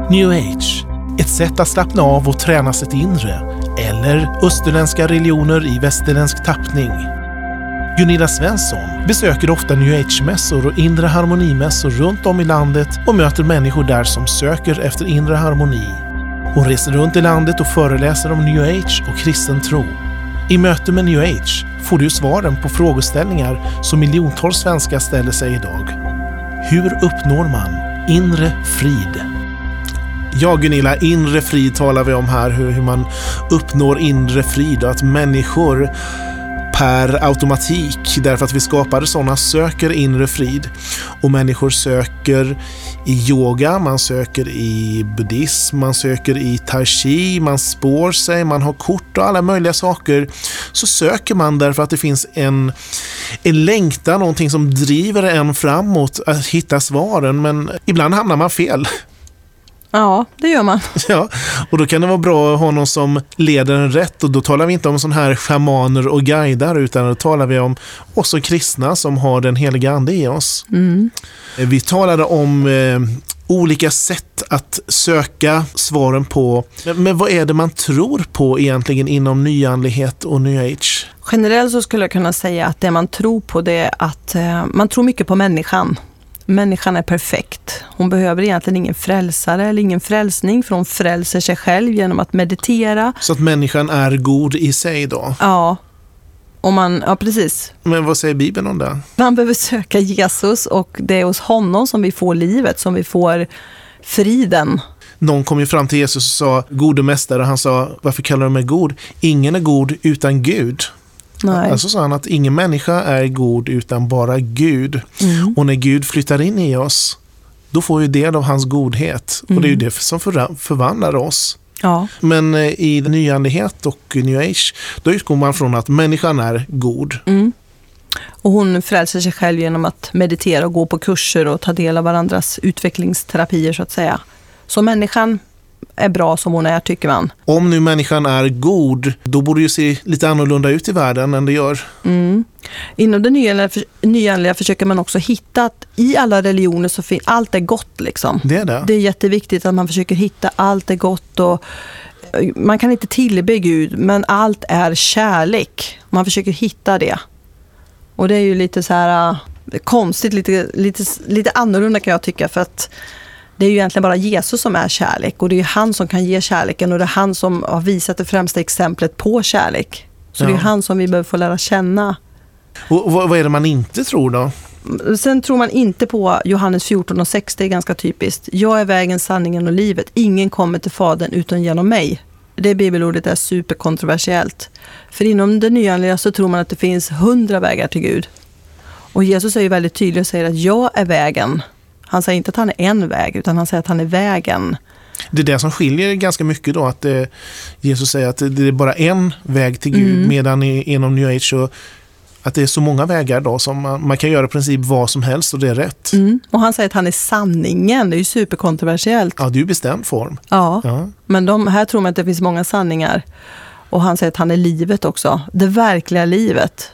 New Age, ett sätt att slappna av och träna sitt inre, eller österländska religioner i västerländsk tappning. Gunilla Svensson besöker ofta New Age-mässor och inre harmonimässor runt om i landet och möter människor där som söker efter inre harmoni. Hon reser runt i landet och föreläser om New Age och kristen tro. I möte med New Age får du svaren på frågeställningar som miljontals svenskar ställer sig idag. Hur uppnår man inre frid? Ja, Gunilla, inre frid talar vi om här, hur man uppnår inre frid och att människor per automatik, därför att vi skapade sådana, söker inre frid. Och människor söker i yoga, man söker i buddhism, man söker i tai chi, man spår sig, man har kort och alla möjliga saker. Så söker man därför att det finns en längtan, någonting som driver en framåt att hitta svaren, men ibland hamnar man fel. Ja, det gör man. Ja, och då kan det vara bra att ha någon som leder en rätt, och då talar vi inte om sån här shamaner och guider, utan då talar vi om oss som kristna som har den heliga ande i oss. Mm. Vi talade om olika sätt att söka svaren på, men vad är det man tror på egentligen inom nyandlighet och New Age? Generellt så skulle jag kunna säga att det man tror på, det är att man tror mycket på människan. Människan är perfekt. Hon behöver egentligen ingen frälsare eller ingen frälsning, för hon frälser sig själv genom att meditera. Så att människan är god i sig då? Ja. Ja, precis. Men vad säger Bibeln om det? Man behöver söka Jesus, och det är hos honom som vi får livet, som vi får friden. Någon kom ju fram till Jesus och sa, gode mästare, han sa, varför kallar du mig god? Ingen är god utan Gud. Nej. Alltså sa han att ingen människa är god utan bara Gud. Mm. Och när Gud flyttar in i oss, då får vi del av hans godhet. Och det är ju det som förvandlar oss. Ja. Men i nyandlighet och New Age, då utgår man från att människan är god. Mm. Och hon frälser sig själv genom att meditera och gå på kurser och ta del av varandras utvecklingsterapier, så att säga. Så människan är bra som hon är, tycker man. Om nu människan är god, då borde det se lite annorlunda ut i världen än det gör. Mm. Inom det nyandliga försöker man också hitta att i alla religioner så finns allt är gott liksom. Det är det. Det är jätteviktigt att man försöker hitta allt är gott, och man kan inte tillbe Gud, men allt är kärlek. Man försöker hitta det. Och det är ju lite så här konstigt, lite annorlunda kan jag tycka, för att det är ju egentligen bara Jesus som är kärlek, och det är ju han som kan ge kärleken, och det är han som har visat det främsta exemplet på kärlek. Så det är han som vi behöver få lära känna. Och vad är det man inte tror då? Sen tror man inte på Johannes 14:6, det är ganska typiskt. Jag är vägen, sanningen och livet. Ingen kommer till Fadern utan genom mig. Det bibelordet är superkontroversiellt. För inom det nyandliga så tror man att det finns 100 vägar till Gud. Och Jesus är ju väldigt tydlig och säger att jag är vägen. Han säger inte att han är en väg, utan han säger att han är vägen. Det är det som skiljer ganska mycket då, att Jesus säger att det är bara en väg till Gud, medan inom New Age så att det är så många vägar då som man kan göra i princip vad som helst, och det är rätt. Mm. Och han säger att han är sanningen, det är ju superkontroversiellt. Ja, det är ju bestämd form. Ja. Men här tror man att det finns många sanningar. Och han säger att han är livet också, det verkliga livet.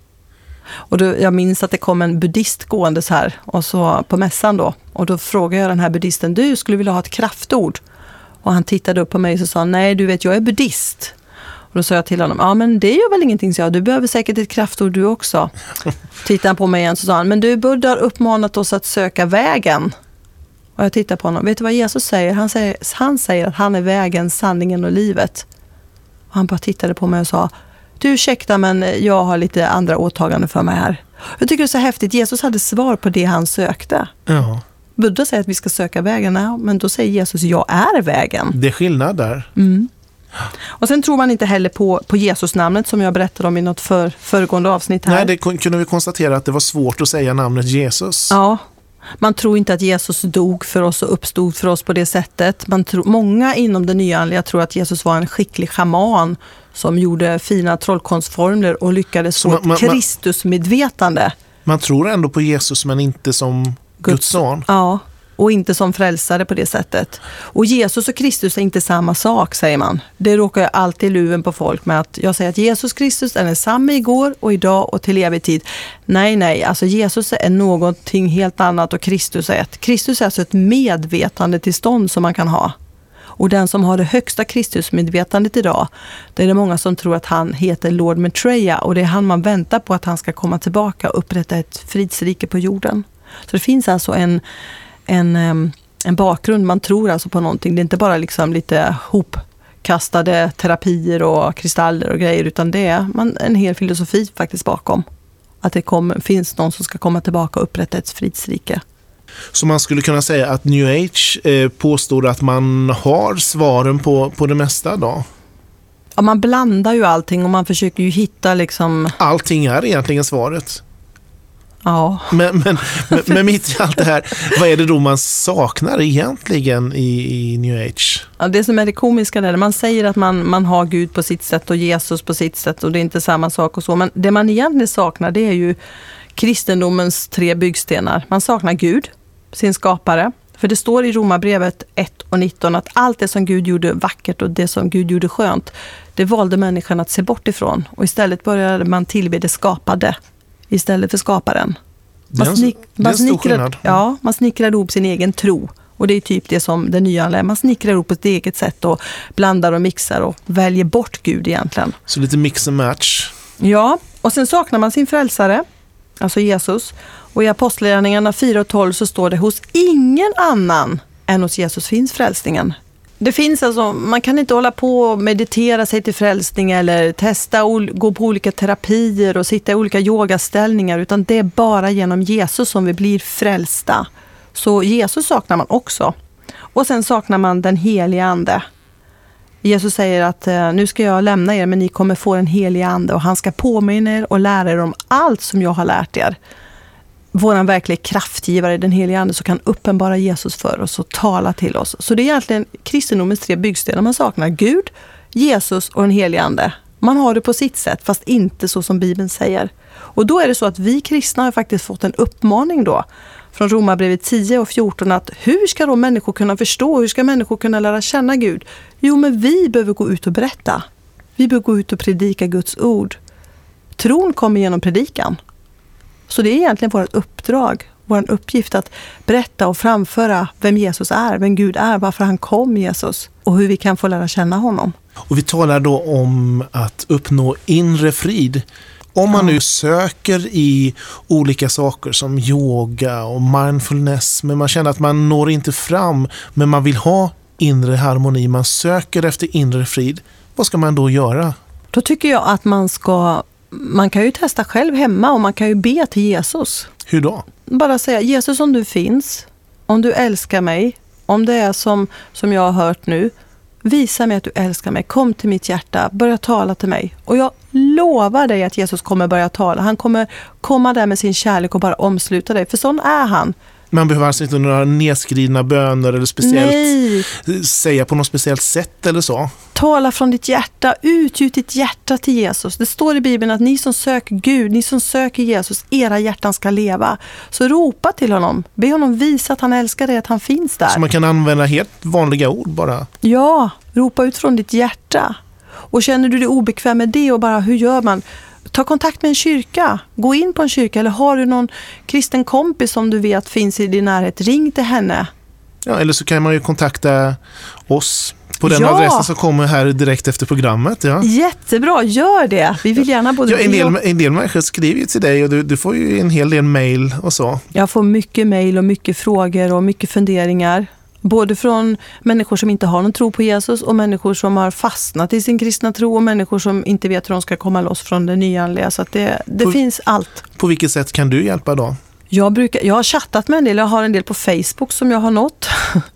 Och jag minns att det kom en buddhist gående så här, och så på mässan då. Och då frågade jag den här buddhisten, du skulle vilja ha ett kraftord? Och han tittade upp på mig och sa, nej du vet, jag är buddhist. Och då sa jag till honom, ja men det gör väl ingenting, så jag, du behöver säkert ett kraftord du också. Tittade han på mig igen så sa han, men du, Buddha har uppmanat oss att söka vägen. Och jag tittade på honom, vet du vad Jesus säger? Han säger att han är vägen, sanningen och livet. Och han bara tittade på mig och sa, du ursäkta, men jag har lite andra åtaganden för mig här. Jag tycker det är så häftigt. Jesus hade svar på det han sökte. Ja. Buddha säger att vi ska söka vägen, men då säger Jesus, jag är vägen. Det är skillnad där. Mm. Och sen tror man inte heller på Jesus namnet som jag berättade om i något föregående avsnitt här. Nej, det kunde vi konstatera att det var svårt att säga namnet Jesus. Ja, man tror inte att Jesus dog för oss och uppstod för oss på det sättet. Många inom det nyandliga tror att Jesus var en skicklig schaman som gjorde fina trollkonstformler och lyckades få ett Kristusmedvetande. Man tror ändå på Jesus, men inte som Guds son. Ja, och inte som frälsare på det sättet. Och Jesus och Kristus är inte samma sak, säger man. Det råkar jag alltid luven på folk med, att jag säger att Jesus Kristus är samma igår och idag och till evig tid. Nej, alltså Jesus är någonting helt annat och Kristus är ett. Kristus är alltså ett medvetandetillstånd som man kan ha. Och den som har det högsta Kristusmedvetandet idag, det är det många som tror att han heter Lord Maitreya, och det är han man väntar på att han ska komma tillbaka och upprätta ett fridsrike på jorden. Så det finns alltså en bakgrund, man tror alltså på någonting. Det är inte bara liksom lite hopkastade terapier och kristaller och grejer, utan det är en hel filosofi faktiskt bakom. Att det finns någon som ska komma tillbaka och upprätta ett fridsrike. Så man skulle kunna säga att New Age påstår att man har svaren på det mesta då? Ja, man blandar ju allting och man försöker ju hitta liksom... Allting är egentligen svaret. Ja. Men mitt i allt det här, vad är det då man saknar egentligen i New Age? Ja, det som är det komiska där, man säger att man har Gud på sitt sätt och Jesus på sitt sätt och det är inte samma sak och så. Men det man egentligen saknar, det är ju kristendomens 3 byggstenar. Man saknar Gud, sin skapare. För det står i Romarbrevet 1:19 att allt det som Gud gjorde vackert och det som Gud gjorde skönt, det valde människan att se bort ifrån. Och istället började man tillbe det skapade istället för skaparen. Det är en stor skillnad. Ja, man snickrar ihop sin egen tro. Och det är typ det som den nya anlär. Man snickrar ihop på ett eget sätt och blandar och mixar och väljer bort Gud egentligen. Så lite mix and match. Ja, och sen saknar man sin frälsare, alltså Jesus. Och i Apostlagärningarna 4:12 så står det: hos ingen annan än hos Jesus finns frälsningen. Det finns alltså, man kan inte hålla på och meditera sig till frälsning eller testa och gå på olika terapier och sitta i olika yogaställningar, utan det är bara genom Jesus som vi blir frälsta. Så Jesus saknar man också. Och sen saknar man den heliga ande. Jesus säger att nu ska jag lämna er, men ni kommer få en helig ande och han ska påminna er och lära er om allt som jag har lärt er. Våran verkliga kraftgivare, den heliga ande, så kan uppenbara Jesus för oss och tala till oss. Så det är egentligen kristendomens 3 byggstenar. Man saknar Gud, Jesus och den heliga ande. Man har det på sitt sätt, fast inte så som Bibeln säger. Och då är det så att vi kristna har faktiskt fått en uppmaning då från Romarbrevet 10:14 att hur ska då människor kunna förstå, hur ska människor kunna lära känna Gud? Jo, men vi behöver gå ut och berätta. Vi behöver gå ut och predika Guds ord. Tron kommer genom predikan. Så det är egentligen vårt uppdrag, vår uppgift att berätta och framföra vem Jesus är, vem Gud är, varför han kom, Jesus, och hur vi kan få lära känna honom. Och vi talar då om att uppnå inre frid. Om man nu söker i olika saker som yoga och mindfulness, men man känner att man når inte fram, men man vill ha inre harmoni, man söker efter inre frid, vad ska man då göra? Då tycker jag att man kan ju testa själv hemma och man kan ju be till Jesus. Hur då? Bara säga: Jesus, om du finns, om du älskar mig, om det är som jag har hört nu, visa mig att du älskar mig, kom till mitt hjärta, börja tala till mig. Och jag lovar dig att Jesus kommer börja tala. Han kommer komma där med sin kärlek och bara omsluta dig, för sån är han. Man behöver alltså inte några nedskrivna böner eller speciellt säga på något speciellt sätt eller så. Tala från ditt hjärta, utgjut ditt hjärta till Jesus. Det står i Bibeln att ni som söker Gud, ni som söker Jesus, era hjärtan ska leva. Så ropa till honom, be honom visa att han älskar dig, att han finns där. Så man kan använda helt vanliga ord bara? Ja, ropa ut från ditt hjärta. Och känner du dig obekväm med det och bara, hur gör man? Ta kontakt med en kyrka, gå in på en kyrka, eller har du någon kristen kompis som du vet finns i din närhet, ring till henne. Ja, eller så kan man ju kontakta oss på den adressen som kommer här direkt efter programmet. Ja. Jättebra, gör det. Vi vill gärna både... En del människor skriver ju till dig och du får ju en hel del mejl och så. Jag får mycket mejl och mycket frågor och mycket funderingar. Både från människor som inte har någon tro på Jesus och människor som har fastnat i sin kristna tro och människor som inte vet hur de ska komma loss från det nyanlända. Så att det finns allt. På vilket sätt kan du hjälpa då? Jag har chattat med en del. Jag har en del på Facebook som jag har nått.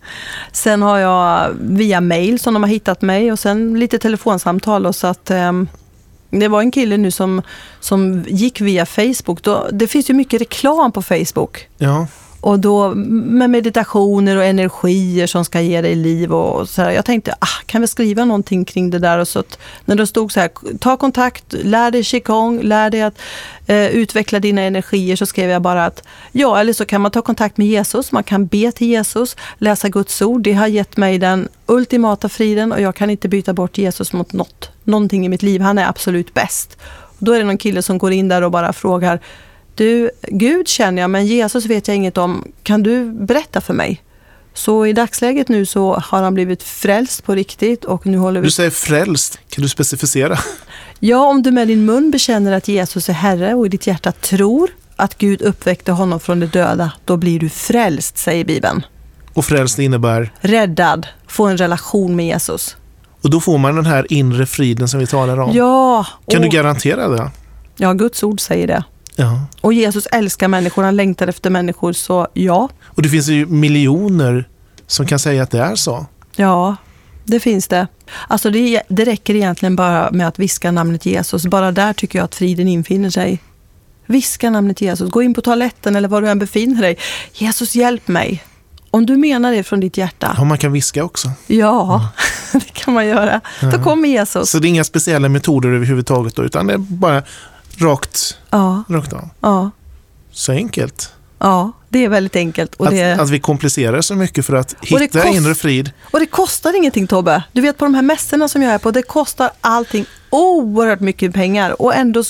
Sen har jag via mail som de har hittat mig och sen lite telefonsamtal. Och så att, det var en kille nu som gick via Facebook. Det finns ju mycket reklam på Facebook. Ja. Och då med meditationer och energier som ska ge dig liv och så här. Jag tänkte, kan vi skriva någonting kring det där? Och så att när det stod så här, ta kontakt, lär dig qigong, lär dig att utveckla dina energier, så skrev jag bara att eller så kan man ta kontakt med Jesus, man kan be till Jesus, läsa Guds ord. Det har gett mig den ultimata friden och jag kan inte byta bort Jesus mot någonting i mitt liv. Han är absolut bäst. Då är det någon kille som går in där och bara frågar, du, Gud känner jag, men Jesus vet jag inget om. Kan du berätta för mig? Så i dagsläget nu så har han blivit frälst på riktigt. Och nu håller vi... Du säger frälst, kan du specificera? Ja, om du med din mun bekänner att Jesus är Herre och i ditt hjärta tror att Gud uppväckte honom från de döda, då blir du frälst, säger Bibeln. Och frälst innebär? Räddad, få en relation med Jesus. Och då får man den här inre friden som vi talar om. Ja. Kan du garantera det? Ja, Guds ord säger det. Ja. Och Jesus älskar människor, han längtar efter människor, så ja. Och det finns ju miljoner som kan säga att det är så. Ja, det finns det. Alltså det räcker egentligen bara med att viska namnet Jesus. Bara där tycker jag att friden infinner sig. Viska namnet Jesus. Gå in på toaletten eller var du än befinner dig. Jesus, hjälp mig. Om du menar det från ditt hjärta. Ja, man kan viska också. Ja, det kan man göra. Då kommer Jesus. Så det är inga speciella metoder överhuvudtaget då, utan det är bara rakt av. Ja. Så enkelt. Ja, det är väldigt enkelt. Och att vi komplicerar så mycket för att hitta inre frid. Och det kostar ingenting, Tobbe. Du vet, på de här mässorna som jag är på, det kostar allting oerhört mycket pengar. Och ändå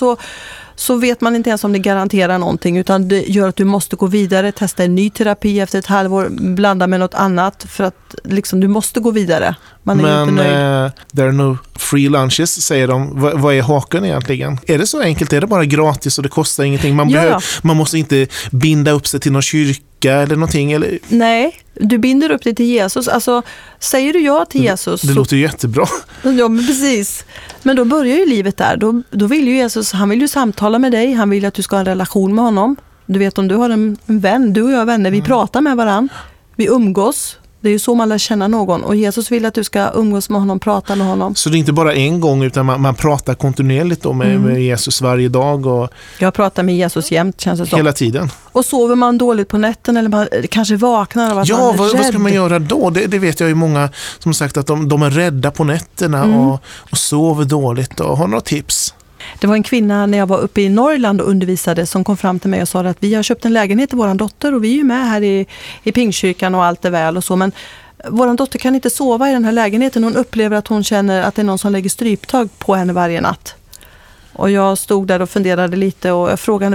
så vet man inte ens om det garanterar någonting, utan det gör att du måste gå vidare, testa en ny terapi efter ett halvår, blanda med något annat, för att liksom, du måste gå vidare. Man är inte nöjd. There are no free lunches, säger de. Vad är haken egentligen? Är det så enkelt? Är det bara gratis och det kostar ingenting? Man måste inte binda upp sig till någon kyrka eller någonting? Eller? Nej, du binder upp dig till Jesus. Alltså, säger du ja till Jesus... Det låter ju jättebra. Ja, men precis. Men då börjar ju livet där. Då vill ju Jesus, han vill ju samtala med dig. Han vill att du ska ha en relation med honom. Du vet, om du har en vän, du och jag är vänner, vi pratar med varann. Vi umgås. Det är ju så man lär känna någon. Och Jesus vill att du ska umgås med honom, prata med honom. Så det är inte bara en gång, utan man pratar kontinuerligt då med Jesus varje dag? Och jag pratar med Jesus jämt, känns det som. Hela tiden? Och sover man dåligt på nätten eller man kanske vaknar av att man är rädd? Vad ska man göra då? Det vet jag ju många som sagt att de är rädda på nätterna och sover dåligt. Och har några tips? Det var en kvinna när jag var uppe i Norrland och undervisade som kom fram till mig och sa att vi har köpt en lägenhet till vår dotter och vi är ju med här i Pingstkyrkan och allt är väl och så, men vår dotter kan inte sova i den här lägenheten. Hon upplever att hon känner att det är någon som lägger stryptag på henne varje natt. Och jag stod där och funderade lite och jag frågade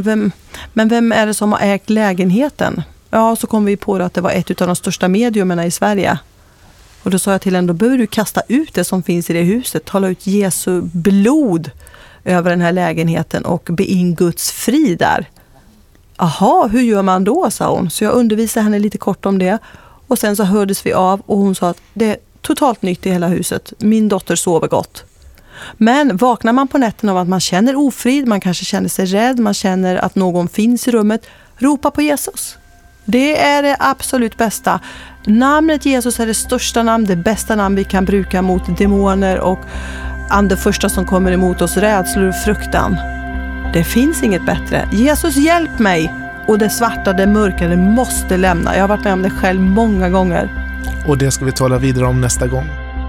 vem är det som har ägt lägenheten? Ja, så kom vi på att det var ett av de största mediumerna i Sverige. Och då sa jag till henne, då behöver du kasta ut det som finns i det huset. Tala ut Jesu blod över den här lägenheten och be in Guds frid där. Aha, hur gör man då, sa hon. Så jag undervisade henne lite kort om det. Och sen så hördes vi av och hon sa att det är totalt nytt i hela huset. Min dotter sover gott. Men vaknar man på nätten av att man känner ofrid, man kanske känner sig rädd, man känner att någon finns i rummet, ropa på Jesus. Det är det absolut bästa. Namnet Jesus är det största namn, det bästa namn vi kan bruka mot demoner och det första som kommer emot oss, rädslor och fruktan. Det finns inget bättre. Jesus, hjälp mig! Och det svarta, det mörka, det måste lämna. Jag har varit med om det själv många gånger. Och det ska vi tala vidare om nästa gång.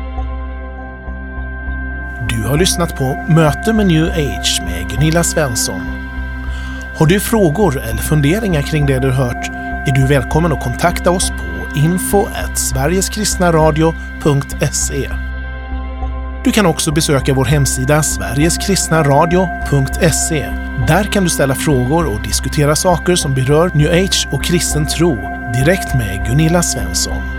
Du har lyssnat på Möte med New Age med Gunilla Svensson. Har du frågor eller funderingar kring det du hört är du välkommen att kontakta oss på info@sverigeskristnaradio.se. Du kan också besöka vår hemsida sverigeskristnaradio.se. Där kan du ställa frågor och diskutera saker som berör New Age och kristen tro direkt med Gunilla Svensson.